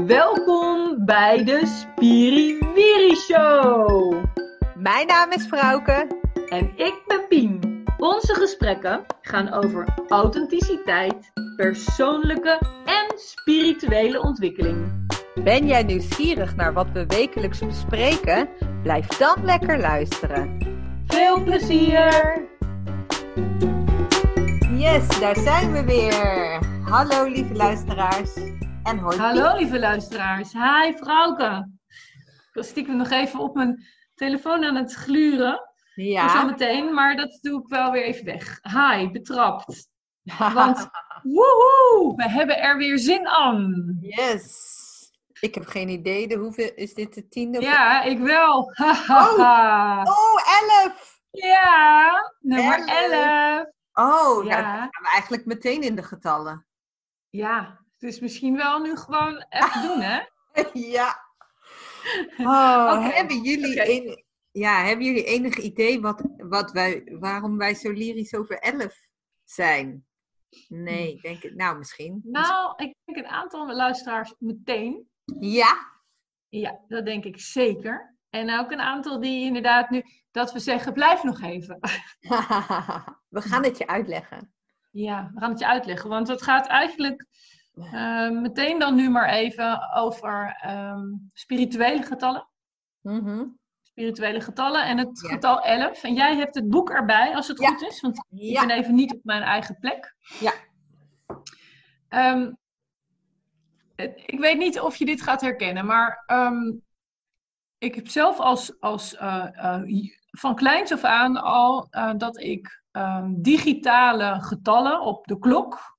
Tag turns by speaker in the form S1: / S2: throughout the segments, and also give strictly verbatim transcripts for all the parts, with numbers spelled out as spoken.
S1: Welkom bij de Spiriwiri Show.
S2: Mijn naam is Frauke.
S1: En ik ben Pien. Onze gesprekken gaan over authenticiteit, persoonlijke en spirituele ontwikkeling.
S2: Ben jij nieuwsgierig naar wat we wekelijks bespreken? Blijf dan lekker luisteren.
S1: Veel plezier!
S2: Yes, daar zijn we weer. Hallo lieve luisteraars. En hoi.
S1: Hallo lieve luisteraars. Hi Frauke. Ik was stiekem nog even op mijn telefoon aan het gluren.
S2: Ja.
S1: Zo meteen, maar dat doe ik wel weer even weg. Hi, betrapt. Want woehoe, we hebben er weer zin aan.
S2: Yes. Ik heb geen idee. De hoeveel is dit de tiende?
S1: Ja, ik wel.
S2: Oh, oh, elf.
S1: Ja, nummer
S2: elf.
S1: elf.
S2: Oh,
S1: ja.
S2: Nou, dan gaan we eigenlijk meteen in de getallen.
S1: Ja, dus misschien wel nu gewoon even doen, hè?
S2: Ja. Oh,
S1: Okay.
S2: hebben jullie
S1: Okay.
S2: een, ja, hebben jullie enig idee wat, wat wij, waarom wij zo lyrisch over elf zijn? Nee, denk ik. Nou, misschien.
S1: Nou, ik denk een aantal luisteraars meteen.
S2: Ja.
S1: Ja, dat denk ik zeker. En ook een aantal die inderdaad nu, dat we zeggen, blijf nog even.
S2: We gaan het je uitleggen.
S1: Ja, we gaan het je uitleggen. Want het gaat eigenlijk uh, meteen dan nu maar even over um, spirituele getallen.
S2: Mm-hmm.
S1: Spirituele getallen en het
S2: Ja.
S1: getal elf. En jij hebt het boek erbij, als het
S2: Ja.
S1: goed is. Want
S2: Ja.
S1: ik ben even niet op mijn eigen plek.
S2: Ja.
S1: Um, het, ik weet niet of je dit gaat herkennen, maar um, ik heb zelf als, als uh, uh, van kleins af aan al uh, dat ik um, digitale getallen op de klok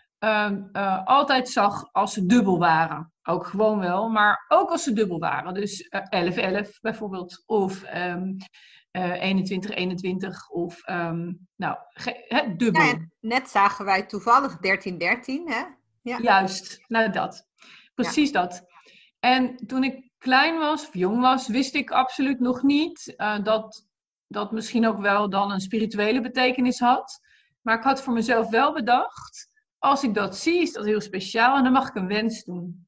S1: um, uh, altijd zag als ze dubbel waren. Ook gewoon wel, maar ook als ze dubbel waren. Dus uh, elf elf bijvoorbeeld, of um, uh, eenentwintig eenentwintig, of um, nou, ge- he, dubbel.
S2: Ja, net zagen wij toevallig dertien dertien, hè? Ja.
S1: Juist, nou dat. Precies ja. dat. En toen ik klein was, of jong was, wist ik absoluut nog niet uh, dat dat misschien ook wel dan een spirituele betekenis had. Maar ik had voor mezelf wel bedacht, als ik dat zie, is dat heel speciaal en dan mag ik een wens doen.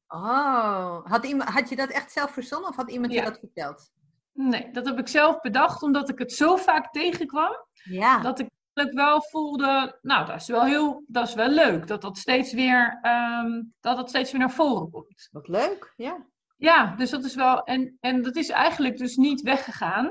S2: Oh, had, iemand, had je dat echt zelf verzonnen of had iemand
S1: Ja.
S2: je dat verteld?
S1: Nee, dat heb ik zelf bedacht, omdat ik het zo vaak tegenkwam,
S2: Ja.
S1: dat ik wel voelde, nou, dat is wel heel, dat is wel leuk, dat dat steeds weer, um, dat dat steeds weer naar voren komt.
S2: Wat leuk, ja.
S1: Ja, dus dat is wel, en, en dat is eigenlijk dus niet weggegaan.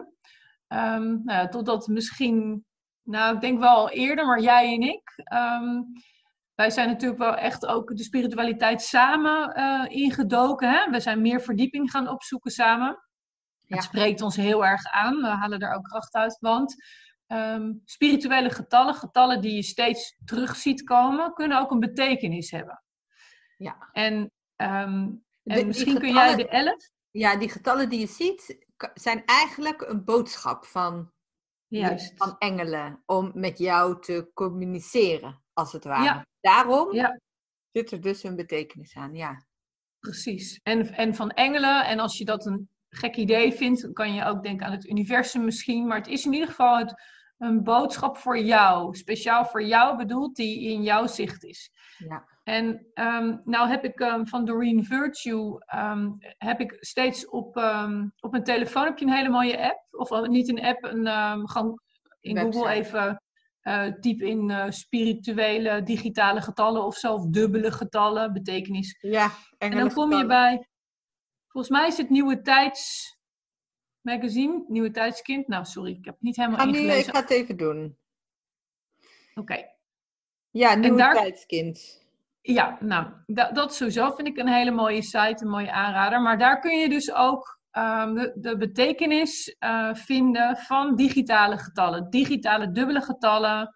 S1: Um, nou ja, totdat misschien, nou ik denk wel al eerder, maar jij en ik, um, wij zijn natuurlijk wel echt ook de spiritualiteit samen uh, ingedoken. Hè? We zijn meer verdieping gaan opzoeken samen. Ja. Het spreekt ons heel erg aan, we halen daar ook kracht uit, want um, spirituele getallen, getallen die je steeds terug ziet komen, kunnen ook een betekenis hebben.
S2: Ja.
S1: En, um, en
S2: de,
S1: misschien
S2: getallen,
S1: kun jij de elf...
S2: Ja, die getallen die je ziet, zijn eigenlijk een boodschap van,
S1: Juist.
S2: van engelen om met jou te communiceren, als het ware.
S1: Ja.
S2: Daarom
S1: ja.
S2: zit er dus een betekenis aan, ja.
S1: Precies. En, en van engelen, en als je dat een gek idee vindt, dan kan je ook denken aan het universum misschien, maar het is in ieder geval het, een boodschap voor jou, speciaal voor jou bedoeld, die in jouw zicht is.
S2: Ja.
S1: En um, nou heb ik um, van Doreen Virtue, um, heb ik steeds op, um, op mijn telefoon heb je een hele mooie app. Of uh, niet een app, een, um, gewoon in
S2: Website.
S1: Google even uh, typ in uh, spirituele digitale getallen of zo, of dubbele getallen, betekenis.
S2: Ja,
S1: en dan kom je bij, volgens mij is het Nieuwe Tijds magazine, Nieuwe Tijdskind. Nou sorry, ik heb het niet helemaal
S2: ga nu,
S1: ingelezen.
S2: Ik ga het even doen.
S1: Oké. Okay.
S2: Ja, Nieuwe
S1: daar...
S2: Tijdskind.
S1: Ja, nou, dat, dat sowieso vind ik een hele mooie site, een mooie aanrader. Maar daar kun je dus ook um, de, de betekenis uh, vinden van digitale getallen. Digitale dubbele getallen.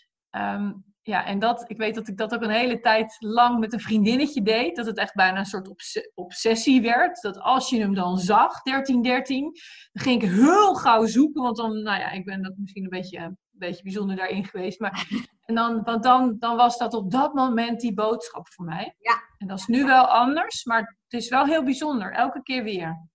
S1: Um, ja, en dat, ik weet dat ik dat ook een hele tijd lang met een vriendinnetje deed. Dat het echt bijna een soort obs- obsessie werd. Dat als je hem dan zag, dertien dertien, dan ging ik heel gauw zoeken. Want dan, nou ja, ik ben dat misschien een beetje, een beetje bijzonder daarin geweest. Maar, en dan, want dan, dan was dat op dat moment die boodschap voor mij.
S2: Ja.
S1: En dat is nu wel anders, maar het is wel heel bijzonder. Elke keer weer.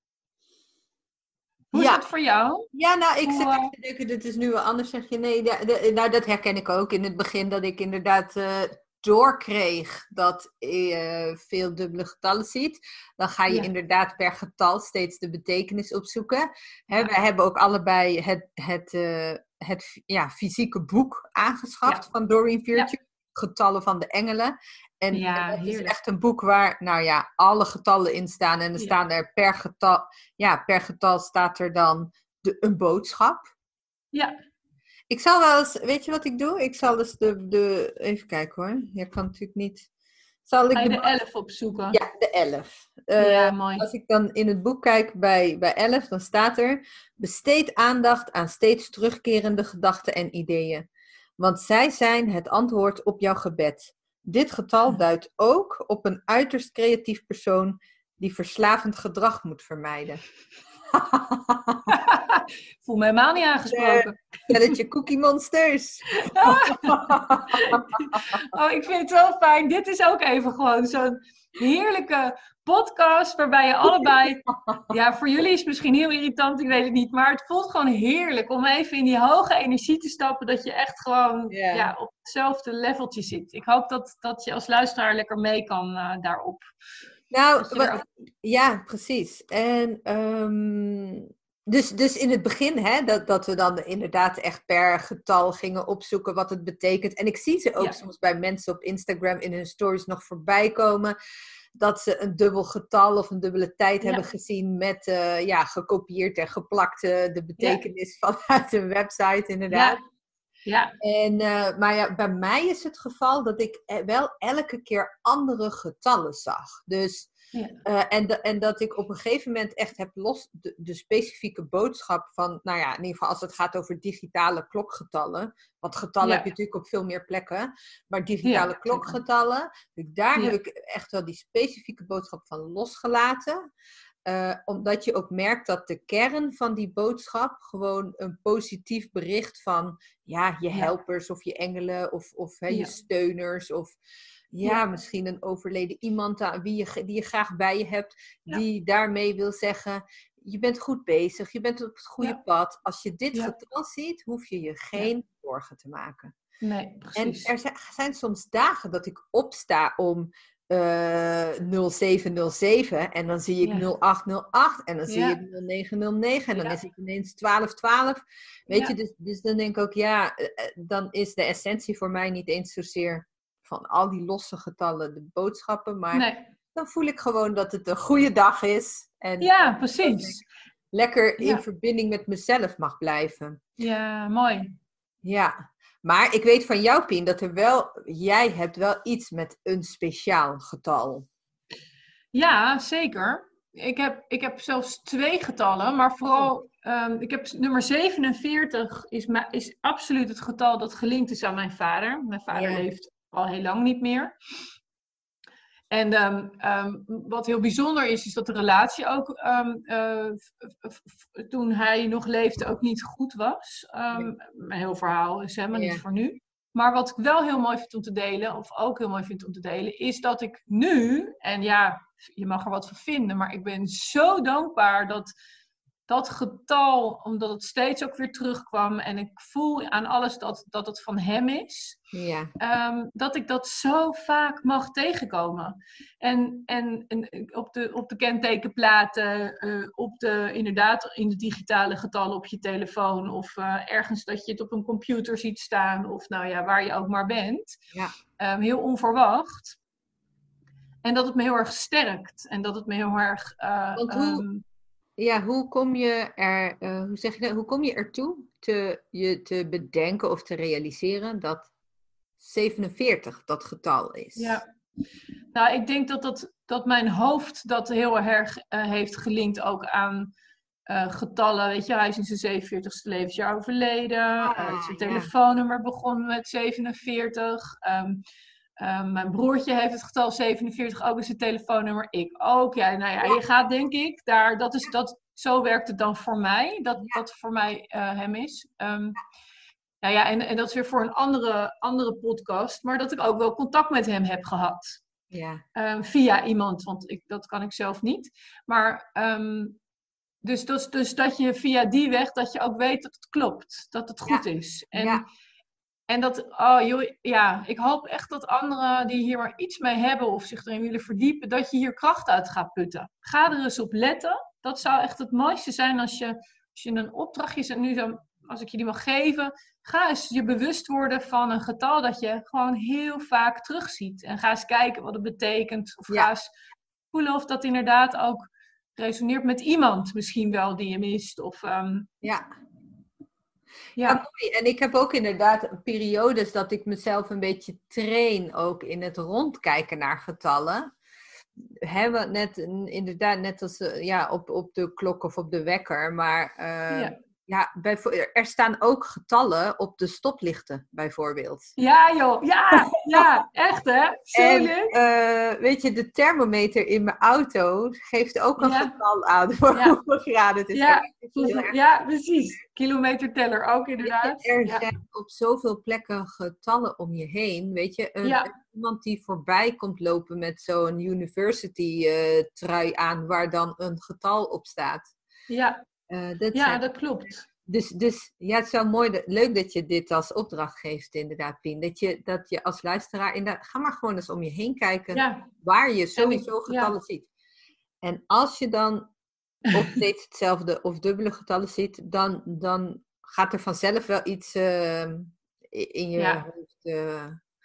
S1: Hoe
S2: ja.
S1: is dat voor jou?
S2: Ja, nou, ik
S1: Hoe,
S2: zit
S1: uh...
S2: echt te denken, dit is nu wel anders, zeg je. Nee, de, de, nou, dat herken ik ook in het begin, dat ik inderdaad uh, doorkreeg dat je veel dubbele getallen ziet, dan ga je
S1: Ja.
S2: inderdaad per getal steeds de betekenis opzoeken. Hè,
S1: Ja.
S2: wij hebben ook allebei het, het, uh, het ja, fysieke boek aangeschaft
S1: Ja.
S2: van Doreen Virtue,
S1: Ja.
S2: Getallen van de Engelen. En,
S1: Ja,
S2: en dat
S1: heerlijk.
S2: is echt een boek waar, nou ja, alle getallen in staan. En er
S1: Ja.
S2: staan er per getal, ja, per getal staat er dan de, een boodschap.
S1: Ja.
S2: Ik zal wel eens, weet je wat ik doe? Ik zal eens de, de even kijken hoor. Je kan natuurlijk niet. Zal ik
S1: Ga je
S2: de,
S1: de elf opzoeken?
S2: Ja, de elf. Uh,
S1: Ja, mooi.
S2: Als ik dan in het boek kijk bij, bij elf, dan staat er: besteed aandacht aan steeds terugkerende gedachten en ideeën. Want zij zijn het antwoord op jouw gebed. Dit getal duidt ook op een uiterst creatief persoon die verslavend gedrag moet vermijden.
S1: Voel me helemaal niet aangesproken.
S2: Stelletje Cookie Monsters.
S1: Oh, ik vind het wel fijn. Dit is ook even gewoon zo'n heerlijke podcast waarbij je allebei... Ja, voor jullie is het misschien heel irritant, ik weet het niet. Maar het voelt gewoon heerlijk om even in die hoge energie te stappen. Dat je echt gewoon
S2: Yeah.
S1: ja, op hetzelfde leveltje zit. Ik hoop dat, dat je als luisteraar lekker mee kan uh, daarop.
S2: Nou,
S1: er ook...
S2: ja, precies. En... Um... Dus, dus in het begin, hè, dat, dat we dan inderdaad echt per getal gingen opzoeken wat het betekent. En ik zie ze ook ja. soms bij mensen op Instagram in hun stories nog voorbij komen. Dat ze een dubbel getal of een dubbele tijd ja. hebben gezien met uh, ja, gekopieerd en geplakt uh, de betekenis ja. vanuit een website inderdaad.
S1: Ja. Ja.
S2: En, uh, maar ja, bij mij is het geval dat ik wel elke keer andere getallen zag. Dus... Ja. Uh, en, de, en dat ik op een gegeven moment echt heb los de, de specifieke boodschap van, nou ja, in ieder geval als het gaat over digitale klokgetallen. Want getallen ja. heb je natuurlijk op veel meer plekken. Maar digitale ja, klokgetallen, daar ja. heb ik echt wel die specifieke boodschap van losgelaten. Uh, omdat je ook merkt dat de kern van die boodschap gewoon een positief bericht van, ja, je helpers ja. of je engelen of, of hè, ja. je steuners of... Ja, ja, misschien een overleden iemand aan wie je, die je graag bij je hebt. Die ja. daarmee wil zeggen, je bent goed bezig. Je bent op het goede ja. pad. Als je dit ja. getal ziet, hoef je je geen ja. zorgen te maken.
S1: Nee, precies.
S2: En er zijn, zijn soms dagen dat ik opsta om uh, nul zeven nul zeven. En dan zie ik ja. nul acht nul acht. En dan zie ja. ik nul negen nul negen. En dan ja. is het ineens twaalf twaalf. Weet ja. je, dus, dus dan denk ik ook, ja, uh, dan is de essentie voor mij niet eens zozeer... van al die losse getallen, de boodschappen. Maar nee. dan voel ik gewoon dat het een goede dag is. En
S1: ja, precies.
S2: Lekker in ja. verbinding met mezelf mag blijven.
S1: Ja, mooi.
S2: Ja, maar ik weet van jou, Pien, dat er wel... Jij hebt wel iets met een speciaal getal.
S1: Ja, zeker. Ik heb, ik heb zelfs twee getallen, maar vooral... Um, ik heb nummer zevenenveertig is, is absoluut het getal dat gelinkt is aan mijn vader. Mijn vader ja. leeft al heel lang niet meer. En um, um, wat heel bijzonder is, is dat de relatie ook um, uh, f- f- toen hij nog leefde ook niet goed was. Um, ja. Mijn heel verhaal is helemaal ja. niet voor nu. Maar wat ik wel heel mooi vind om te delen, of ook heel mooi vind om te delen, is dat ik nu, en ja, je mag er wat van vinden, maar ik ben zo dankbaar dat dat getal, omdat het steeds ook weer terugkwam en ik voel aan alles dat, dat het van hem is,
S2: ja.
S1: um, dat ik dat zo vaak mag tegenkomen. En, en, en op, de, op de kentekenplaten, uh, op de, inderdaad in de digitale getallen op je telefoon of uh, ergens dat je het op een computer ziet staan of nou ja, waar je ook maar bent.
S2: Ja.
S1: Um, heel onverwacht. En dat het me heel erg sterkt en dat het me heel erg... Uh,
S2: Want hoe...
S1: um,
S2: Ja, hoe kom je er, uh, hoe zeg je dat? Hoe kom je ertoe te, je te bedenken of te realiseren dat zevenenveertig dat getal is?
S1: Ja, nou ik denk dat, dat, dat mijn hoofd dat heel erg uh, heeft gelinkt ook aan uh, getallen. Weet je, hij is in zijn zevenenveertigste levensjaar overleden.
S2: Ah,
S1: uh, zijn
S2: ja.
S1: telefoonnummer begon met zevenenveertig. Um, Um, mijn broertje heeft het getal zevenenveertig ook in zijn telefoonnummer. Ik ook. Ja, nou ja, je gaat denk ik daar. Dat is, dat, zo werkt het dan voor mij. Dat dat voor mij uh, hem is. Um, nou ja, en, en dat is weer voor een andere, andere podcast. Maar dat ik ook wel contact met hem heb gehad.
S2: Ja.
S1: Um, via iemand, want ik, dat kan ik zelf niet. Maar um, dus, dus, dus dat je via die weg, dat je ook weet dat het klopt. Dat het goed
S2: ja.
S1: is. En,
S2: ja.
S1: En dat, oh joh, ja, ik hoop echt dat anderen die hier maar iets mee hebben of zich erin willen verdiepen, dat je hier kracht uit gaat putten. Ga er eens op letten. Dat zou echt het mooiste zijn als je, als je een opdrachtje zet, nu zo, als ik je die mag geven. Ga eens je bewust worden van een getal dat je gewoon heel vaak terugziet. En ga eens kijken wat het betekent. Of
S2: Ja.
S1: ga eens voelen of dat inderdaad ook resoneert met iemand misschien wel die je mist. Of, um,
S2: Ja.
S1: ja.
S2: Ja, mooi. En ik heb ook inderdaad periodes dat ik mezelf een beetje train ook in het rondkijken naar getallen. Hebben net inderdaad net als uh, ja, op, op de klok of op de wekker, maar uh,
S1: Ja.
S2: ja, bij, er staan ook getallen op de stoplichten bijvoorbeeld.
S1: Ja joh, ja, ja, echt hè, zo
S2: en,
S1: leuk.
S2: Uh, weet je, de thermometer in mijn auto geeft ook een
S1: ja.
S2: getal aan voor
S1: ja.
S2: hoeveel graden het is.
S1: Ja, ja, precies. Kilometerteller ook inderdaad.
S2: Je, er
S1: ja.
S2: zijn op zoveel plekken getallen om je heen. Weet je, een,
S1: ja.
S2: iemand die voorbij komt lopen met zo'n university uh, trui aan waar dan een getal op staat.
S1: Ja,
S2: uh, dat,
S1: ja
S2: zijn,
S1: dat klopt.
S2: Dus, dus ja, het is wel mooi, dat, leuk dat je dit als opdracht geeft inderdaad, Pien. Dat je, dat je als luisteraar, inderdaad, ga maar gewoon eens om je heen kijken
S1: ja.
S2: waar je sowieso
S1: ik,
S2: getallen
S1: ja.
S2: ziet. En als je dan of steeds hetzelfde of dubbele getallen ziet, dan, dan gaat er vanzelf wel iets uh, in je
S1: ja.
S2: hoofd. Uh,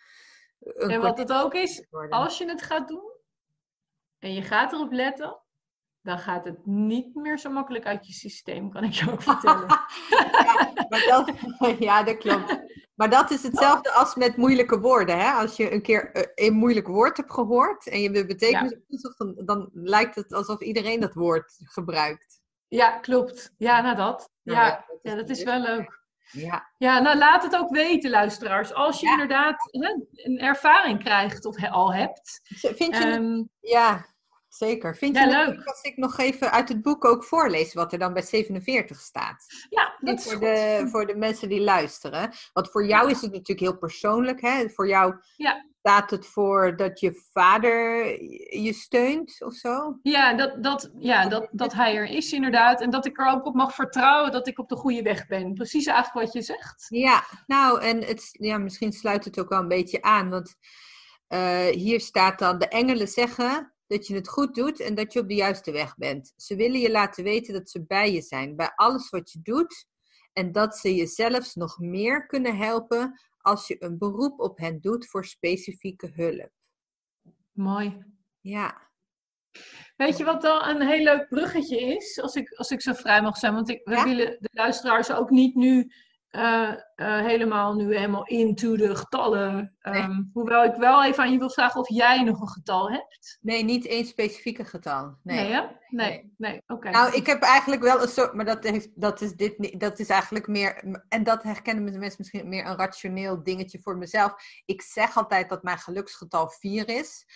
S1: en wat het ook is, worden. Als je het gaat doen en je gaat erop letten, dan gaat het niet meer zo makkelijk uit je systeem, kan ik je ook vertellen.
S2: ja, maar dat, ja, dat klopt. Maar dat is hetzelfde als met moeilijke woorden. Hè? Als je een keer een moeilijk woord hebt gehoord en je de betekenis ja. opzoekt, dan, dan lijkt het alsof iedereen dat woord gebruikt.
S1: Ja, klopt. Ja, nou dat. Nou, ja, ja, dat is, ja, dat is wel leuk.
S2: Ja.
S1: ja, nou laat het ook weten, luisteraars. Als je ja. inderdaad hè, een ervaring krijgt of he, al hebt.
S2: Vind je um, het, ja, zeker. Vind
S1: ja,
S2: je
S1: leuk.
S2: het leuk als ik nog even uit het boek ook voorlees wat er dan bij zevenenveertig staat?
S1: Ja, dat is
S2: voor, de, voor de mensen die luisteren. Want voor jou is het natuurlijk heel persoonlijk. Hè? Voor jou
S1: ja.
S2: staat het voor dat je vader je steunt of zo?
S1: Ja, dat, dat, ja dat, dat hij er is inderdaad. En dat ik er ook op mag vertrouwen dat ik op de goede weg ben. Precies eigenlijk wat je zegt.
S2: Ja, nou en het, ja, misschien sluit het ook wel een beetje aan. Want uh, hier staat dan: de engelen zeggen dat je het goed doet en dat je op de juiste weg bent. Ze willen je laten weten dat ze bij je zijn, bij alles wat je doet. En dat ze je zelfs nog meer kunnen helpen als je een beroep op hen doet voor specifieke hulp.
S1: Mooi.
S2: Ja.
S1: Weet je wat dan een heel leuk bruggetje is? Als ik, als ik zo vrij mag zijn. Want ik, we ja? willen de luisteraars ook niet nu uh, uh, helemaal nu helemaal into de getallen. Um, nee. Hoewel ik wel even aan je wil vragen of jij nog een getal hebt.
S2: Nee, niet één specifieke getal. Nee,
S1: nee, hè? nee, nee. nee. oké. Okay.
S2: Nou, ik heb eigenlijk wel een soort, maar dat, heeft, dat is dit niet, dat is eigenlijk meer, en dat herkennen de mensen misschien meer een rationeel dingetje voor mezelf. Ik zeg altijd dat mijn geluksgetal vier is.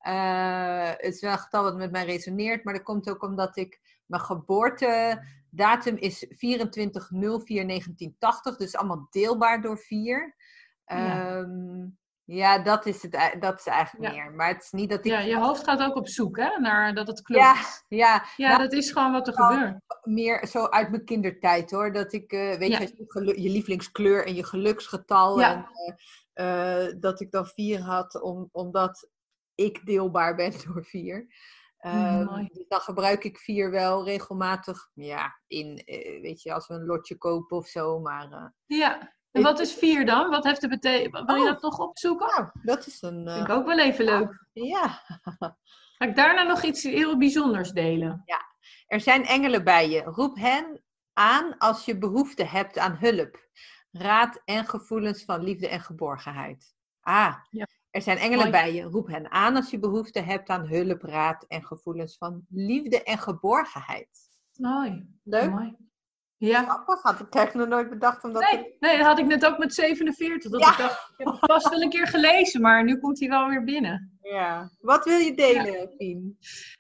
S2: Uh, het is wel een getal wat met mij resoneert, maar dat komt ook omdat ik mijn geboortedatum is vierentwintig nul vier negentien tachtig, dus allemaal deelbaar door vier. Ja, um, ja dat, is het, dat is eigenlijk ja. meer. Maar het is niet dat ik...
S1: Ja, je hoofd gaat ook op zoek, hè, naar dat het klopt.
S2: Ja, ja.
S1: ja nou, dat is gewoon wat er gebeurt.
S2: Meer zo uit mijn kindertijd, hoor. Dat ik, uh, weet ja. je, je, je lievelingskleur en je geluksgetal. Ja. En uh, uh, dat ik dan vier had, om, omdat ik deelbaar ben door vier. Uh, mm, dus dan gebruik ik vier wel regelmatig, ja, in, uh, weet je, als we een lotje kopen of zo, maar... Uh,
S1: ja, en wat is vier dan? Wat heeft de betekenis? Wil je
S2: oh,
S1: dat nog opzoeken?
S2: Nou, dat is een... Uh,
S1: Vind ik ook wel even leuk.
S2: Ja.
S1: Ga ik daarna nog iets heel bijzonders delen?
S2: Ja, er zijn engelen bij je. Roep hen aan als je behoefte hebt aan hulp, raad en gevoelens van liefde en geborgenheid. Ah, ja. Er zijn engelen Mooi. bij je. Roep hen aan als je behoefte hebt aan hulp, raad en gevoelens van liefde en geborgenheid.
S1: Mooi.
S2: Leuk?
S1: Mooi. Ja.
S2: Grappig, had ik echt nog nooit bedacht. Omdat
S1: nee,
S2: ik...
S1: nee, dat had ik net ook met zevenenveertig. Dat ja. ik dacht, ik heb het vast wel een keer gelezen, maar nu komt hij wel weer binnen.
S2: Ja. Wat wil je delen, ja. Pien?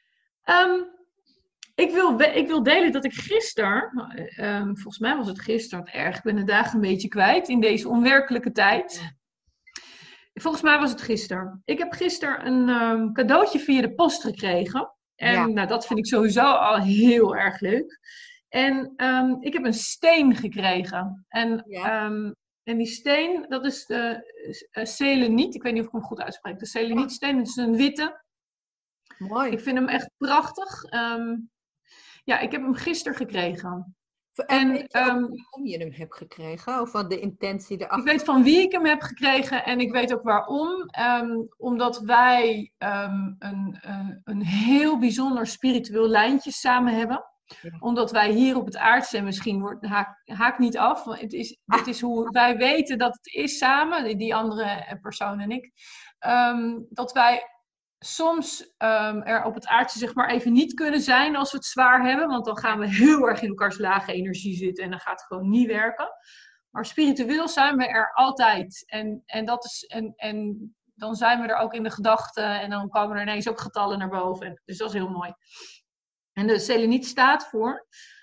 S1: Um, ik, wil, ik wil delen dat ik gisteren, um, volgens mij was het gisteren het erg, ik ben de dagen een beetje kwijt in deze onwerkelijke tijd. Volgens mij was het gisteren. Ik heb gisteren een um, cadeautje via de post gekregen. En ja. nou, dat vind ik sowieso al heel erg leuk. En um, ik heb een steen gekregen. En ja. um, En die steen, dat is de uh, seleniet. Ik weet niet of ik hem goed uitspreek. De selenietsteen, dat is een witte.
S2: Mooi.
S1: Ik vind hem echt prachtig. Um, ja, ik heb hem gisteren gekregen.
S2: En, en weet je ook um, waarom je hem hebt gekregen? Of wat de intentie erachter?
S1: Ik weet van wie ik hem heb gekregen en ik weet ook waarom. Um, omdat wij um, een, uh, een heel bijzonder spiritueel lijntje samen hebben. Ja. Omdat wij hier op het aardse, en misschien wordt, haak, haak niet af, want het is, ah. het is hoe wij weten dat het is samen, die andere persoon en ik. Um, dat wij soms um, er op het aardse zeg maar even niet kunnen zijn als we het zwaar hebben. Want dan gaan we heel erg in elkaars lage energie zitten en dan gaat het gewoon niet werken. Maar spiritueel zijn we er altijd. En, en, dat is, en, en dan zijn we er ook in de gedachten en dan komen er ineens ook getallen naar boven. En, dus dat is heel mooi. En de seleniet staat voor,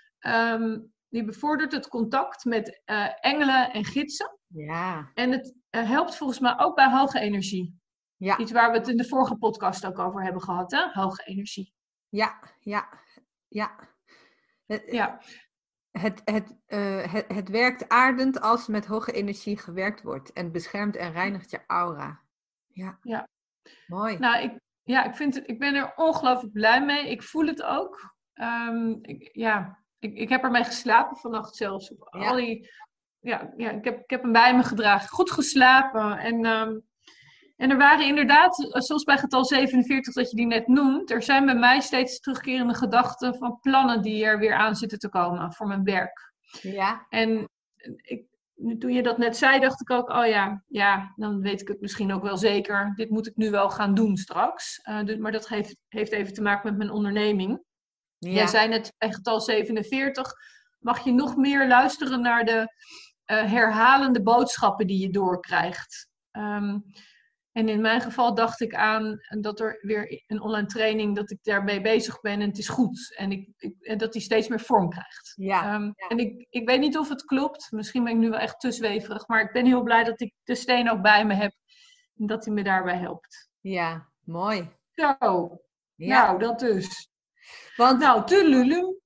S1: um, die bevordert het contact met uh, engelen en gidsen.
S2: Ja.
S1: En het uh, helpt volgens mij ook bij hoge energie. Ja. Iets waar we het in de vorige podcast ook over hebben gehad, hè? Hoge energie.
S2: Ja, ja, ja. Het, ja. Het, het, uh, het, het werkt aardend als met hoge energie gewerkt wordt. En beschermt en reinigt je aura. Ja.
S1: Ja.
S2: Mooi.
S1: Nou, ik, ja, ik, vind het, ik ben er ongelooflijk blij mee. Ik voel het ook. Um, ik, ja, ik, ik heb ermee geslapen vannacht zelfs. Op ja. Al die, ja, ja, ik, heb, ik heb hem bij me gedragen. Goed geslapen. En... Um, En er waren inderdaad, zoals bij getal zevenenveertig dat je die net noemt, er zijn bij mij steeds terugkerende gedachten van plannen die er weer aan zitten te komen voor mijn werk.
S2: Ja.
S1: En ik, toen je dat net zei, dacht ik ook, oh ja, ja, dan weet ik het misschien ook wel zeker. Dit moet ik nu wel gaan doen straks. Uh, dus, maar dat heeft, heeft even te maken met mijn onderneming. Ja. Jij zei net bij getal zevenenveertig, mag je nog meer luisteren naar de uh, herhalende boodschappen die je doorkrijgt. Um, En in mijn geval dacht ik aan dat er weer een online training, dat ik daarmee bezig ben en het is goed. En, ik, ik, en dat die steeds meer vorm krijgt.
S2: Ja,
S1: um,
S2: ja.
S1: En ik, ik weet niet of het klopt. Misschien ben ik nu wel echt te zweverig. Maar ik ben heel blij dat ik de steen ook bij me heb. En dat hij me daarbij helpt.
S2: Ja, mooi.
S1: Zo. Ja. Nou, dat dus.
S2: Want...
S1: Nou, tululu.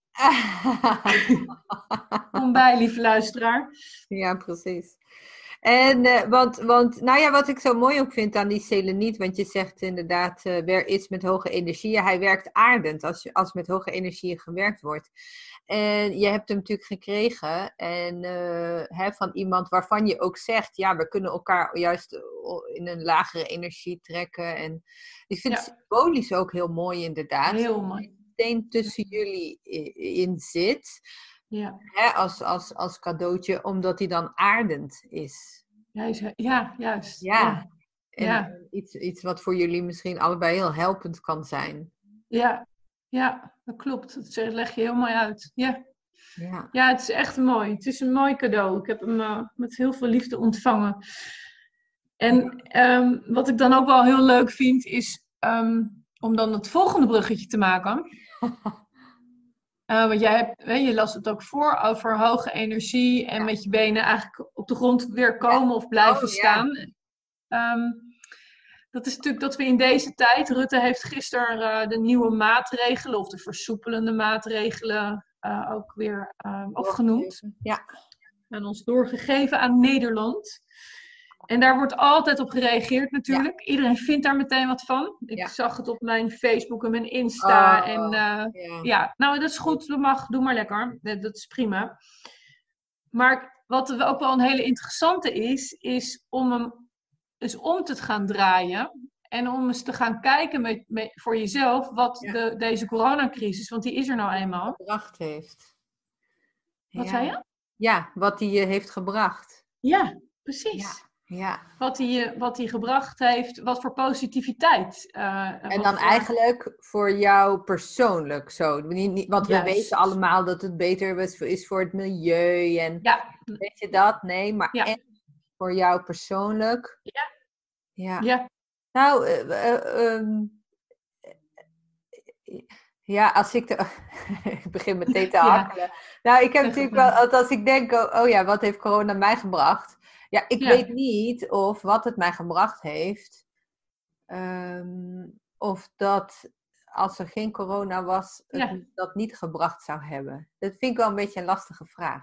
S1: Kom bij, lieve luisteraar.
S2: Ja, precies. En, uh, want, want, nou ja, wat ik zo mooi ook vind aan die seleniet, want je zegt inderdaad, uh, wer is met hoge energieën, hij werkt aardend als, als met hoge energieën gewerkt wordt. En je hebt hem natuurlijk gekregen en, uh, hè, van iemand waarvan je ook zegt, ja, we kunnen elkaar juist in een lagere energie trekken. En ik vind ja. het symbolisch ook heel mooi inderdaad.
S1: Heel mooi.
S2: Steen tussen jullie in zit.
S1: Ja.
S2: Hè, als, als, als cadeautje, omdat hij dan aardend is.
S1: Ja, ja juist.
S2: Ja,
S1: ja.
S2: en
S1: ja.
S2: Iets, iets wat voor jullie misschien allebei heel helpend kan zijn.
S1: Ja, ja, dat klopt. Dat leg je heel mooi uit. Ja.
S2: Ja.
S1: Ja, het is echt mooi. Het is een mooi cadeau. Ik heb hem uh, met heel veel liefde ontvangen. En um, wat ik dan ook wel heel leuk vind, is um, om dan het volgende bruggetje te maken. Uh, want jij hebt, hè, je las het ook voor over hoge energie en ja. met je benen eigenlijk op de grond weer komen ja. of blijven oh, staan. Ja. Um, dat is natuurlijk dat we in deze tijd, Rutte heeft gisteren uh, de nieuwe maatregelen of de versoepelende maatregelen uh, ook weer uh, opgenoemd.
S2: Ja.
S1: Aan ons doorgegeven aan Nederland. En daar wordt altijd op gereageerd natuurlijk. Ja. Iedereen vindt daar meteen wat van. Ik ja. zag het op mijn Facebook en mijn Insta. Oh, en uh, ja. ja, nou dat is goed. Dat mag. Doe maar lekker. Dat, dat is prima. Maar wat ook wel een hele interessante is, is om hem eens om te gaan draaien. En om eens te gaan kijken met, met, voor jezelf wat ja. de, deze coronacrisis, want die is er nou eenmaal.
S2: Gebracht heeft.
S1: Wat
S2: ja.
S1: zei je?
S2: Ja, wat die je heeft gebracht.
S1: Ja, precies.
S2: Ja. Ja.
S1: Wat hij, wat hij gebracht heeft, wat voor positiviteit. Uh,
S2: en dan voor... eigenlijk voor jou persoonlijk zo. Want we Juist. weten allemaal dat het beter is voor het milieu. En
S1: ja.
S2: weet je dat? Nee, maar
S1: ja.
S2: echt voor jou persoonlijk.
S1: Ja.
S2: Ja.
S1: ja.
S2: Nou, uh, uh, um, ja, als ik... De... ik begin meteen te hakkelen. Ja. Nou, ik heb natuurlijk wel... Als ik denk, oh, oh ja, wat heeft corona mij gebracht? Ja, ik ja. weet niet of wat het mij gebracht heeft, um, of dat als er geen corona was, het ja. dat niet gebracht zou hebben. Dat vind ik wel een beetje een lastige vraag.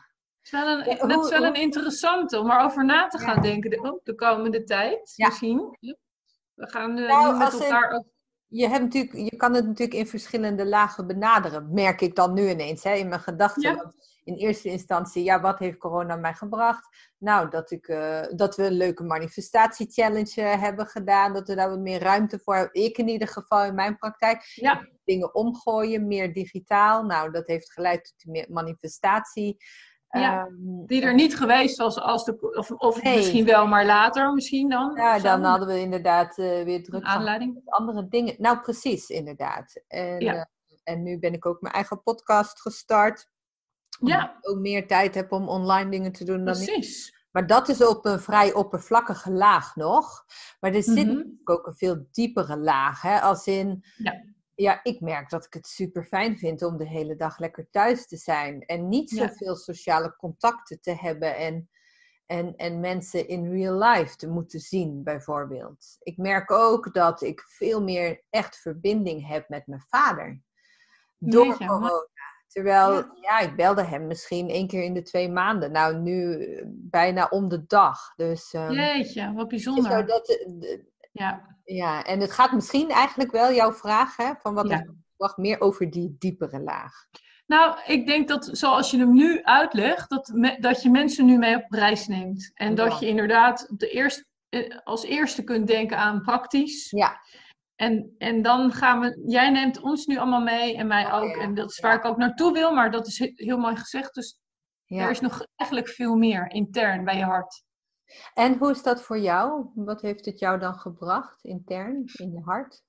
S1: is wel een,
S2: Ja,
S1: dat is
S2: hoe,
S1: wel een
S2: hoe,
S1: interessante om erover na te gaan
S2: ja.
S1: denken de, ook de komende tijd.
S2: Ja.
S1: Misschien. We gaan uh, nu
S2: Nou,
S1: met
S2: als in,
S1: elkaar ook...
S2: je, hebt natuurlijk, je kan het natuurlijk in verschillende lagen benaderen, merk ik dan nu ineens hè, in mijn gedachten.
S1: Ja,
S2: Want in eerste instantie, ja, wat heeft corona mij gebracht? Nou, dat, ik, uh, dat we een leuke manifestatie-challenge uh, hebben gedaan, dat we daar wat meer ruimte voor hebben. Ik in ieder geval in mijn praktijk.
S1: ja.
S2: Dingen omgooien, meer digitaal. Nou, dat heeft geleid tot meer manifestatie.
S1: Ja,
S2: Um,
S1: die er niet geweest was als de, of, of
S2: nee.
S1: misschien wel, maar later misschien dan.
S2: Ja, dan hadden we inderdaad uh, weer druk
S1: een aanleiding.
S2: gehad met andere dingen. Nou, precies, inderdaad. En,
S1: ja.
S2: uh, en nu ben ik ook mijn eigen podcast gestart. Omdat
S1: Ja.
S2: ik ook meer tijd heb om online dingen te doen dan
S1: precies.
S2: ik. Maar dat is op een vrij oppervlakkige laag nog. Maar er zit
S1: mm-hmm.
S2: ook een veel diepere laag. Hè? Als in...
S1: Ja.
S2: Ja, ik merk dat ik het super fijn vind om de hele dag lekker thuis te zijn. En niet zoveel ja. sociale contacten te hebben. En, en, en mensen in real life te moeten zien, bijvoorbeeld. Ik merk ook dat ik veel meer echt verbinding heb met mijn vader. Door
S1: Jeetje,
S2: corona.
S1: maar...
S2: Terwijl, ja. ja, ik belde hem misschien één keer in de twee maanden. Nou, nu bijna om de dag. Dus, um,
S1: Jeetje, wat bijzonder.
S2: Zo dat de, de,
S1: ja.
S2: Ja, en het gaat misschien eigenlijk wel, jouw vraag, hè, van wat
S1: ja.
S2: is wacht, meer over die diepere laag.
S1: Nou, ik denk dat zoals je hem nu uitlegt, dat, me, dat je mensen nu mee op reis neemt. En ja. dat je inderdaad de eerste, als eerste kunt denken aan praktisch.
S2: Ja.
S1: En, en dan gaan we, jij neemt ons nu allemaal mee en mij ook. Ja. En dat is waar ja. ik ook naartoe wil, maar dat is heel mooi gezegd. Dus ja. er is nog eigenlijk veel meer intern bij je hart.
S2: En hoe is dat voor jou? Wat heeft het jou dan gebracht, intern, in je hart?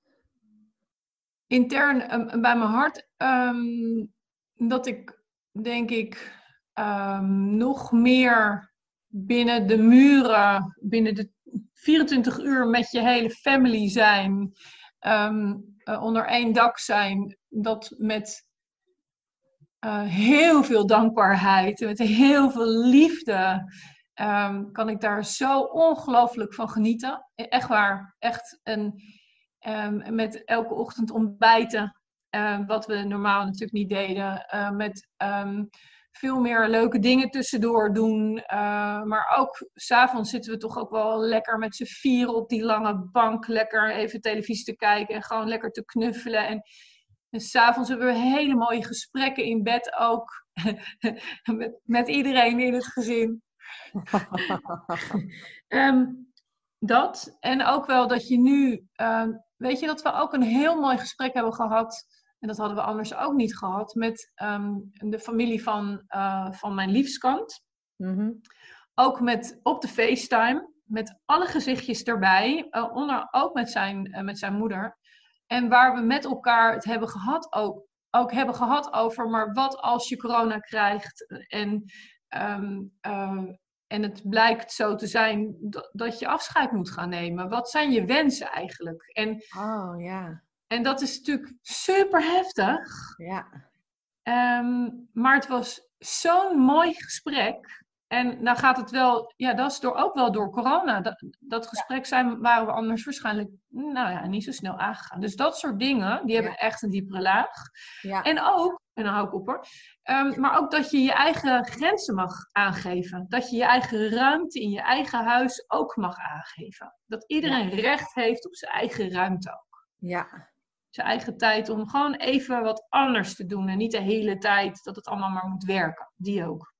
S1: Intern um, bij mijn hart, um, dat ik, denk ik, um, nog meer binnen de muren, binnen de vierentwintig uur met je hele family zijn, um, uh, onder één dak zijn, dat met uh, heel veel dankbaarheid, met heel veel liefde... Um, kan ik daar zo ongelooflijk van genieten. Echt waar. Echt een, um, met elke ochtend ontbijten. Uh, wat we normaal natuurlijk niet deden. Uh, met um, veel meer leuke dingen tussendoor doen. Uh, maar ook 's avonds zitten we toch ook wel lekker met z'n vieren op die lange bank. Lekker even televisie te kijken. En gewoon lekker te knuffelen. En, en 's avonds hebben we hele mooie gesprekken in bed ook. met, met iedereen in het gezin. um, dat. En ook wel dat je nu... Uh, weet je dat we ook een heel mooi gesprek hebben gehad. En dat hadden we anders ook niet gehad. Met um, de familie van, uh, van mijn liefskant.
S2: Mm-hmm.
S1: Ook met, op de FaceTime. Met alle gezichtjes erbij. Uh, onder, ook met zijn, uh, met zijn moeder. En waar we met elkaar het hebben gehad ook. Ook hebben gehad over. Maar wat als je corona krijgt. En... Um, uh, En het blijkt zo te zijn dat, dat je afscheid moet gaan nemen. Wat zijn je wensen eigenlijk? En,
S2: oh, yeah.
S1: en dat is natuurlijk super heftig.
S2: Ja.
S1: Um, maar het was zo'n mooi gesprek. En dan gaat het wel, ja, dat is door, ook wel door corona. Dat, dat gesprek zijn, waren we anders waarschijnlijk nou ja, niet zo snel aangegaan. Dus dat soort dingen, die hebben ja. echt een diepere laag.
S2: Ja.
S1: En ook, en dan hou ik op hoor, um, maar ook dat je je eigen grenzen mag aangeven. Dat je je eigen ruimte in je eigen huis ook mag aangeven. Dat iedereen ja. recht heeft op zijn eigen ruimte ook.
S2: Ja.
S1: Zijn eigen tijd om gewoon even wat anders te doen. En niet de hele tijd dat het allemaal maar moet werken. Die ook.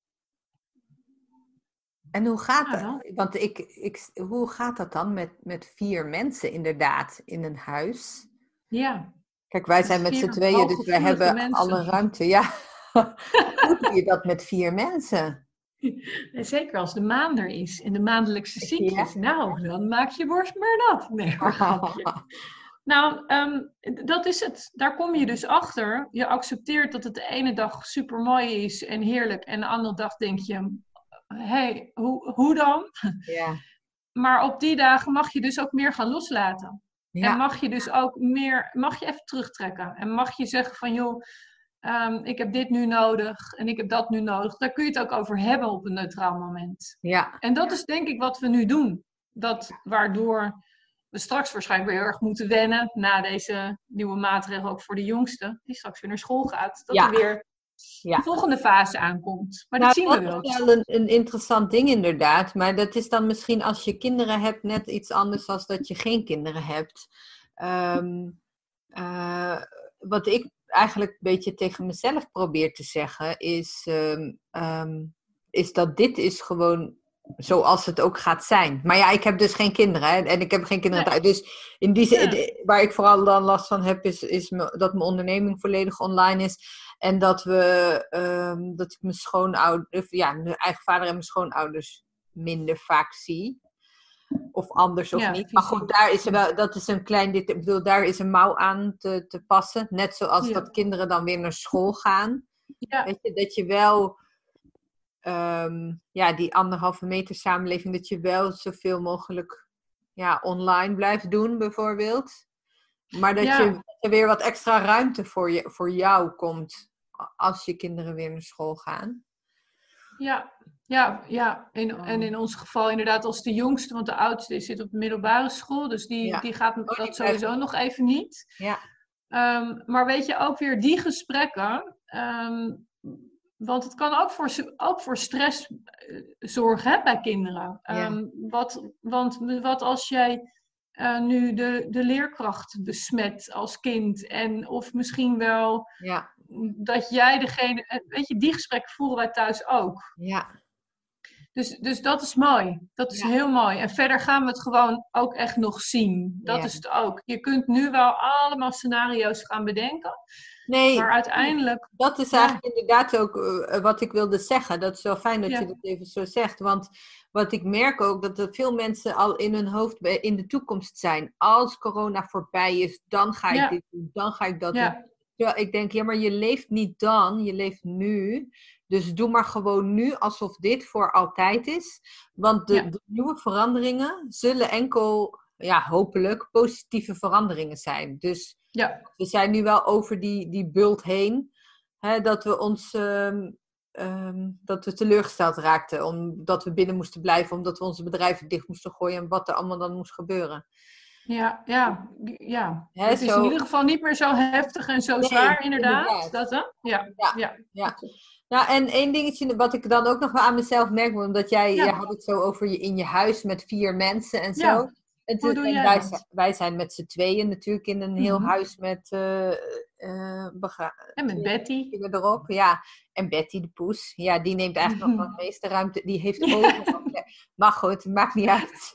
S2: En hoe gaat dat?
S1: Ja,
S2: Want ik, ik, hoe gaat dat dan met, met vier mensen inderdaad in een huis?
S1: Ja.
S2: Kijk, wij zijn met z'n tweeën, dus wij hebben mensen. Alle ruimte. Ja. Hoe doe je dat met vier mensen?
S1: En zeker als de maan er is en de maandelijkse cyclus. Ja. Nou, dan maak je borst maar nat. Nee, maar Nou, um, dat is het. Daar kom je dus achter. Je accepteert dat het de ene dag super mooi is en heerlijk. En de andere dag denk je, hé, hey, hoe, hoe dan?
S2: Ja.
S1: Maar op die dagen mag je dus ook meer gaan loslaten. Ja. En mag je dus ook meer, mag je even terugtrekken. En mag je zeggen van, joh, um, ik heb dit nu nodig en ik heb dat nu nodig. Daar kun je het ook over hebben op een neutraal moment.
S2: Ja.
S1: En dat is denk ik wat we nu doen. Dat, waardoor we straks waarschijnlijk weer heel erg moeten wennen na deze nieuwe maatregel ook voor de jongste, die straks weer naar school gaat. Dat
S2: ja.
S1: er weer
S2: ja.
S1: de volgende fase aankomt. Maar
S2: nou,
S1: dat zien we
S2: wel.
S1: wel.
S2: Dat is wel een, een interessant ding inderdaad. Maar dat is dan misschien als je kinderen hebt net iets anders dan dat je geen kinderen hebt. Um, uh, wat ik eigenlijk een beetje tegen mezelf probeer te zeggen is, um, um, is dat dit is gewoon zoals het ook gaat zijn. Maar ja, ik heb dus geen kinderen hè, en ik heb geen kinderen thuis. Dus in die zin, ja. waar ik vooral dan last van heb is, is me, dat mijn onderneming volledig online is. En dat we, um, dat ik mijn schoonouders, ja, mijn eigen vader en mijn schoonouders minder vaak zie. Of anders of ja, niet. Maar goed, daar is er wel, dat is een klein, dit, ik bedoel, daar is een mouw aan te, te passen. Net zoals ja. dat kinderen dan weer naar school gaan. Ja. Weet je, dat je wel, um, ja, die anderhalve meter samenleving, dat je wel zoveel mogelijk, ja, online blijft doen, bijvoorbeeld. Maar dat ja. je, er weer wat extra ruimte voor, je, voor jou komt als je kinderen weer naar school gaan.
S1: Ja, ja, ja. In, en in ons geval inderdaad als de jongste, want de oudste die zit op de middelbare school, dus die, ja. die gaat oh, dat die sowieso blijft... nog even niet.
S2: Ja.
S1: Um, maar weet je, ook weer die gesprekken, um, want het kan ook voor, ook voor stress uh, zorgen hè, bij kinderen. Um, ja. wat, want wat als jij uh, nu de, de leerkracht besmet als kind en of misschien wel...
S2: Ja.
S1: Dat jij degene... Weet je, die gesprekken voeren wij thuis ook.
S2: Ja.
S1: Dus, dus dat is mooi. Dat is ja. heel mooi. En verder gaan we het gewoon ook echt nog zien. Dat ja. is het ook. Je kunt nu wel allemaal scenario's gaan bedenken.
S2: Nee,
S1: maar uiteindelijk...
S2: Dat is eigenlijk ja. inderdaad ook uh, wat ik wilde zeggen. Dat is wel fijn dat ja. je dat even zo zegt. Want wat ik merk ook, dat er veel mensen al in hun hoofd in de toekomst zijn. Als corona voorbij is, dan ga ik ja. dit doen. Dan ga ik dat ja. doen. Ja, ik denk, ja, maar je leeft niet dan, je leeft nu. Dus doe maar gewoon nu alsof dit voor altijd is. Want de, ja. de nieuwe veranderingen zullen enkel, ja, hopelijk positieve veranderingen zijn. Dus ja. we zijn nu wel over die, die bult heen. Hè, dat we ons um, um, dat we teleurgesteld raakten. Omdat we binnen moesten blijven, omdat we onze bedrijven dicht moesten gooien. En wat er allemaal dan moest gebeuren.
S1: Ja, ja, ja. He, het is zo... in ieder geval niet meer zo heftig en zo nee, zwaar, inderdaad. inderdaad. Dat, hè? Ja,
S2: ja, ja. ja. Nou, en één dingetje wat ik dan ook nog wel aan mezelf merk, omdat jij ja. je had het zo over je in je huis met vier mensen en zo. Ja. En
S1: Hoe doe en jij
S2: wij,
S1: dat?
S2: wij zijn met z'n tweeën natuurlijk in een heel mm-hmm. huis met uh, uh, bega-
S1: en met Betty
S2: erop. Ja, en Betty de poes. Ja, die neemt eigenlijk mm-hmm. nog wel de meeste ruimte. Die heeft overal. Maar goed, het maakt niet uit.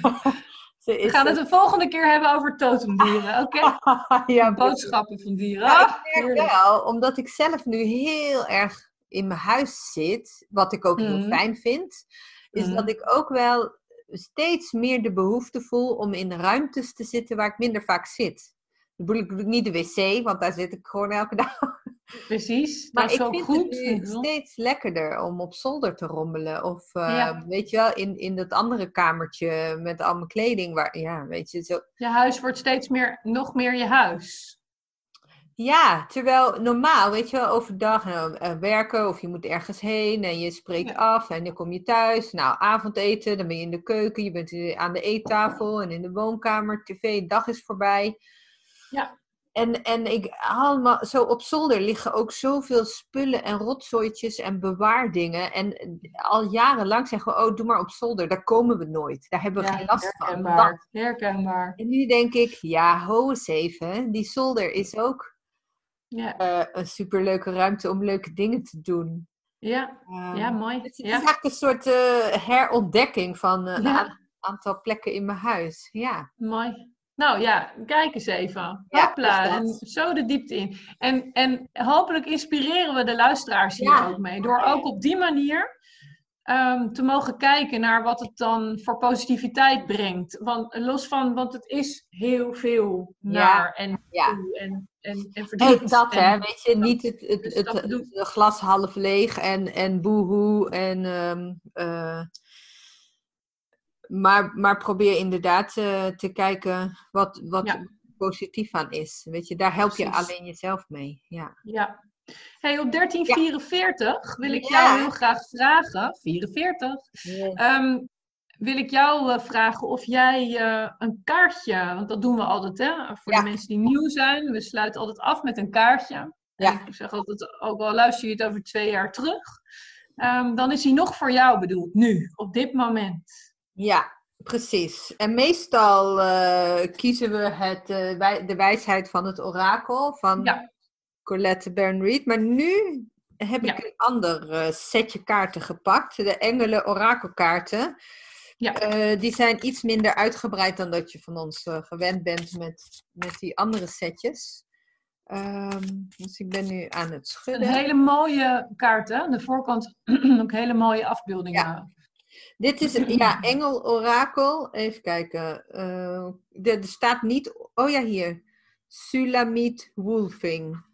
S1: We gaan het de volgende keer hebben over totemdieren, oké? Okay?
S2: ja,
S1: boodschappen van dieren.
S2: Ja, ik merk wel, omdat ik zelf nu heel erg in mijn huis zit, wat ik ook mm. heel fijn vind, is mm. dat ik ook wel steeds meer de behoefte voel om in ruimtes te zitten waar ik minder vaak zit. Dan bedoel ik niet de wc, want daar zit ik gewoon elke dag.
S1: Precies,
S2: maar
S1: dat is
S2: ik
S1: ook
S2: vind
S1: goed.
S2: het nu steeds lekkerder om op zolder te rommelen. Of uh, ja. weet je wel, in, in dat andere kamertje met al mijn kleding. Waar, ja, weet je, zo.
S1: Je huis wordt steeds meer, nog meer je huis.
S2: Ja, terwijl normaal, weet je wel, overdag uh, werken of je moet ergens heen en je spreekt ja. af en dan kom je thuis. Nou, avondeten, dan ben je in de keuken, je bent aan de eettafel en in de woonkamer, tv, dag is voorbij.
S1: Ja.
S2: En, en ik allemaal, zo op zolder liggen ook zoveel spullen en rotzooitjes en bewaardingen. En al jarenlang zeggen we, oh, doe maar op zolder. Daar komen we nooit. Daar hebben we ja, geen last
S1: herkenbaar,
S2: van. Dat.
S1: Herkenbaar.
S2: En nu denk ik, ja, ho eens even. Die zolder is ook ja. uh, een superleuke ruimte om leuke dingen te doen.
S1: Ja, um, ja mooi.
S2: Het, het
S1: ja.
S2: is eigenlijk een soort uh, herontdekking van uh, ja. een aantal plekken in mijn huis. Ja.
S1: Mooi. Nou ja, kijk eens even. Hopla, ja, en zo de diepte in. En, en hopelijk inspireren we de luisteraars hier ja. ook mee. Door ook op die manier um, te mogen kijken naar wat het dan voor positiviteit brengt. Want los van, want het is heel veel naar ja. en
S2: ja.
S1: en, en, en verdriet.
S2: Hey, dat
S1: en,
S2: hè, weet je, niet het, het, het, het, het, het glas half leeg en, en boehoe en... Um, uh, Maar, maar probeer inderdaad uh, te kijken wat, wat ja. positief aan is. Weet je, daar help je Precies. alleen jezelf mee. Ja.
S1: ja. Hey, op dertien vierenveertig ja. wil ik jou ja. heel graag vragen. vierenveertig. Ja. Um, wil ik jou uh, vragen of jij uh, een kaartje, want dat doen we altijd hè, voor ja. de mensen die nieuw zijn. We sluiten altijd af met een kaartje.
S2: Ja.
S1: En ik zeg altijd, ook al luister je het over twee jaar terug, um, dan is hij nog voor jou bedoeld, nu, op dit moment.
S2: Ja, precies. En meestal uh, kiezen we het, uh, wij, de wijsheid van het orakel van
S1: Ja.
S2: Colette Baron-Reid. Maar nu heb
S1: Ja.
S2: ik een ander uh, setje kaarten gepakt. De Engelen orakelkaarten.
S1: Ja.
S2: Uh, die zijn iets minder uitgebreid dan dat je van ons uh, gewend bent met, met die andere setjes. Um, dus ik ben nu aan het schudden.
S1: Een hele mooie kaart, hè? De voorkant ook hele mooie afbeeldingen.
S2: Ja. Dit is, ja, Engel Orakel. Even kijken. Uh, er, er staat niet... Oh ja, hier. Sulamit Wolfing.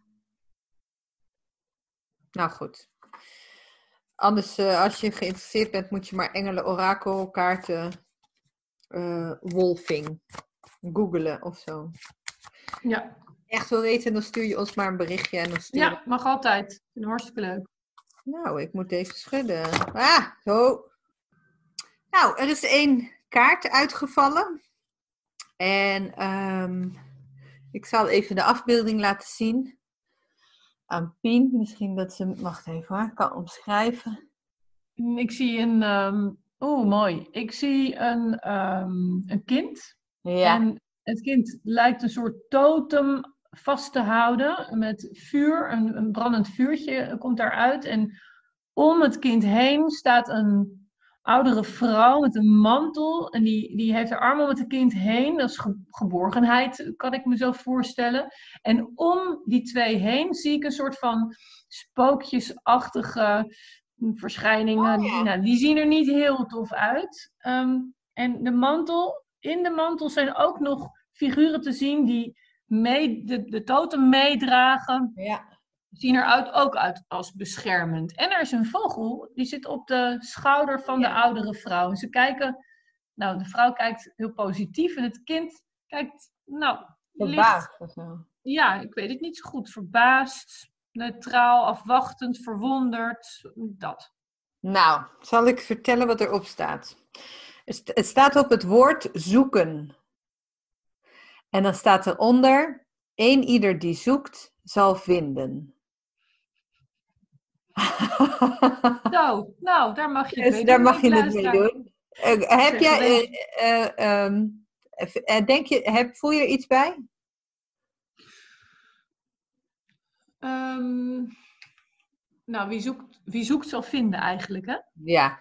S2: Nou goed. Anders, uh, als je geïnteresseerd bent, moet je maar Engelen Orakel kaarten uh, Wolfing googelen of zo.
S1: Ja.
S2: Echt wil weten, dan stuur je ons maar een berichtje. En dan stuur
S1: Ja, mag altijd. Ik vind het hartstikke leuk.
S2: Nou, ik moet even schudden. Ah, zo. Nou, er is één kaart uitgevallen. En um, ik zal even de afbeelding laten zien. Aan Pien. Misschien dat ze... Wacht even hoor. Ik kan omschrijven.
S1: Ik zie een... Um... Oh, mooi. Ik zie een, um, een kind.
S2: Ja.
S1: En het kind lijkt een soort totem vast te houden. Met vuur. Een, een brandend vuurtje komt daaruit. En om het kind heen staat een oudere vrouw met een mantel. En die, die heeft haar armen om het kind heen. Dat is ge- geborgenheid, kan ik me zo voorstellen. En om die twee heen zie ik een soort van spookjesachtige verschijningen.
S2: Oh, ja.
S1: Nou, die zien er niet heel tof uit. Um, en de mantel, in de mantel zijn ook nog figuren te zien die mee, de, de totem meedragen.
S2: Ja.
S1: Zien eruit ook uit als beschermend. En er is een vogel, die zit op de schouder van
S2: Ja.
S1: de oudere vrouw. En ze kijken, nou, de vrouw kijkt heel positief en het kind kijkt, nou,
S2: Verbaasd of zo.
S1: Ja, ik weet het niet zo goed. Verbaasd, neutraal, afwachtend, verwonderd, dat.
S2: Nou, zal ik vertellen wat erop staat. Het staat op het woord zoeken. En dan staat eronder, een ieder die zoekt, zal vinden.
S1: Zo, nou, daar mag je het
S2: Dus
S1: mee
S2: daar
S1: doen.
S2: mag je het
S1: luisteraar.
S2: mee doen. Uh, heb
S1: Zeg,
S2: jij, uh, uh, um, uh, denk je, heb, voel je er iets bij?
S1: Um, nou, wie zoekt, wie zoekt zal vinden eigenlijk, hè?
S2: Ja.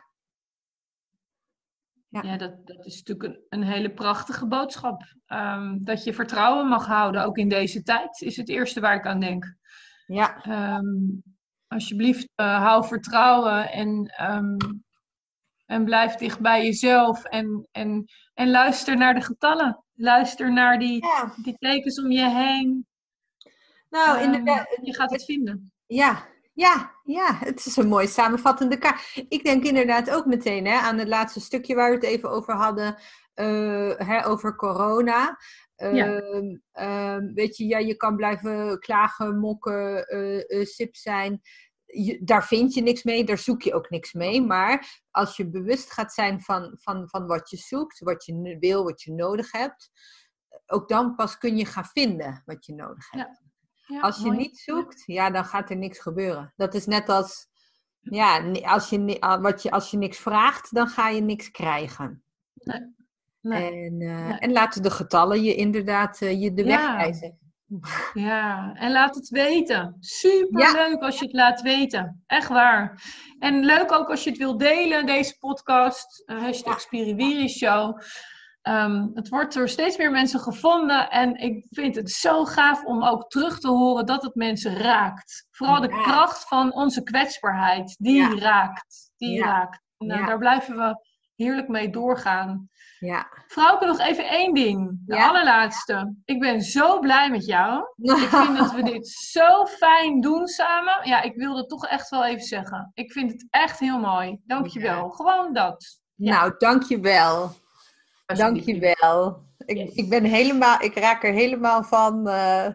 S2: Ja,
S1: ja dat, dat is natuurlijk een, een hele prachtige boodschap. Um, dat je vertrouwen mag houden, ook in deze tijd, is het eerste waar ik aan denk.
S2: Ja.
S1: Um, alsjeblieft, uh, hou vertrouwen en, um, en blijf dicht bij jezelf. En, en, en luister naar de getallen. Luister naar die,
S2: ja.
S1: die tekens om je heen.
S2: Nou,
S1: um,
S2: inderdaad.
S1: Je gaat het vinden.
S2: Ja, ja, ja, het is een mooi samenvattende kaart. Ik denk inderdaad ook meteen hè, aan het laatste stukje waar we het even over hadden, uh, hè, over corona. Uh,
S1: ja.
S2: uh, weet je, ja, je kan blijven klagen, mokken, uh, uh, sip zijn. Je, daar vind je niks mee, daar zoek je ook niks mee. Maar als je bewust gaat zijn van, van, van wat je zoekt, wat je wil, wat je nodig hebt, ook dan pas kun je gaan vinden wat je nodig hebt.
S1: Ja. Ja,
S2: als je
S1: mooi.
S2: niet zoekt, ja, dan gaat er niks gebeuren. Dat is net als, ja, als je, wat je, als je niks vraagt, dan ga je niks krijgen.
S1: Nee. Nee.
S2: En, uh,
S1: nee.
S2: en laten de getallen je inderdaad uh, je de weg
S1: Ja.
S2: wijzen.
S1: Ja, en laat het weten. Super leuk ja. als je het laat weten. Echt waar. En leuk ook als je het wilt delen, deze podcast. Uh, hashtag ja. Spiriwiri Show. Um, het wordt door steeds meer mensen gevonden. En ik vind het zo gaaf om ook terug te horen dat het mensen raakt. Vooral de ja. kracht van onze kwetsbaarheid. Die ja. raakt. Die ja. raakt. Nou, ja. Daar blijven we heerlijk mee doorgaan.
S2: Ja.
S1: Vrouwke, nog even één ding. De ja? allerlaatste. Ik ben zo blij met jou. Ik vind dat we dit zo fijn doen samen. Ja, ik wilde het toch echt wel even zeggen. Ik vind het echt heel mooi. Dankjewel. Ja. Gewoon dat.
S2: Ja. Nou, dankjewel. Dankjewel. Ik, yes. ik ben helemaal, ik raak er helemaal van. Uh,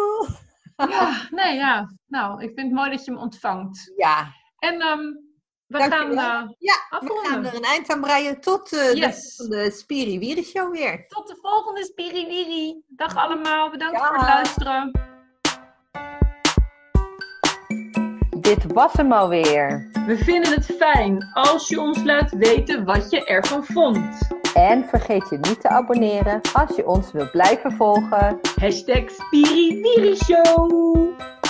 S1: ja, nee, ja. Nou, ik vind het mooi dat je hem ontvangt.
S2: Ja.
S1: En um, we Dankjewel. gaan uh,
S2: ja,
S1: afronden.
S2: we gaan er een eind aan breien tot uh,
S1: yes.
S2: de, de Spiriwiri Show weer.
S1: Tot de volgende Spiriwiri. Dag allemaal. Bedankt ja. voor het luisteren.
S2: dit was hem alweer.
S1: We vinden het fijn als je ons laat weten wat je ervan vond.
S2: En vergeet je niet te abonneren als je ons wilt blijven volgen.
S1: Hashtag Spiriwiri Show.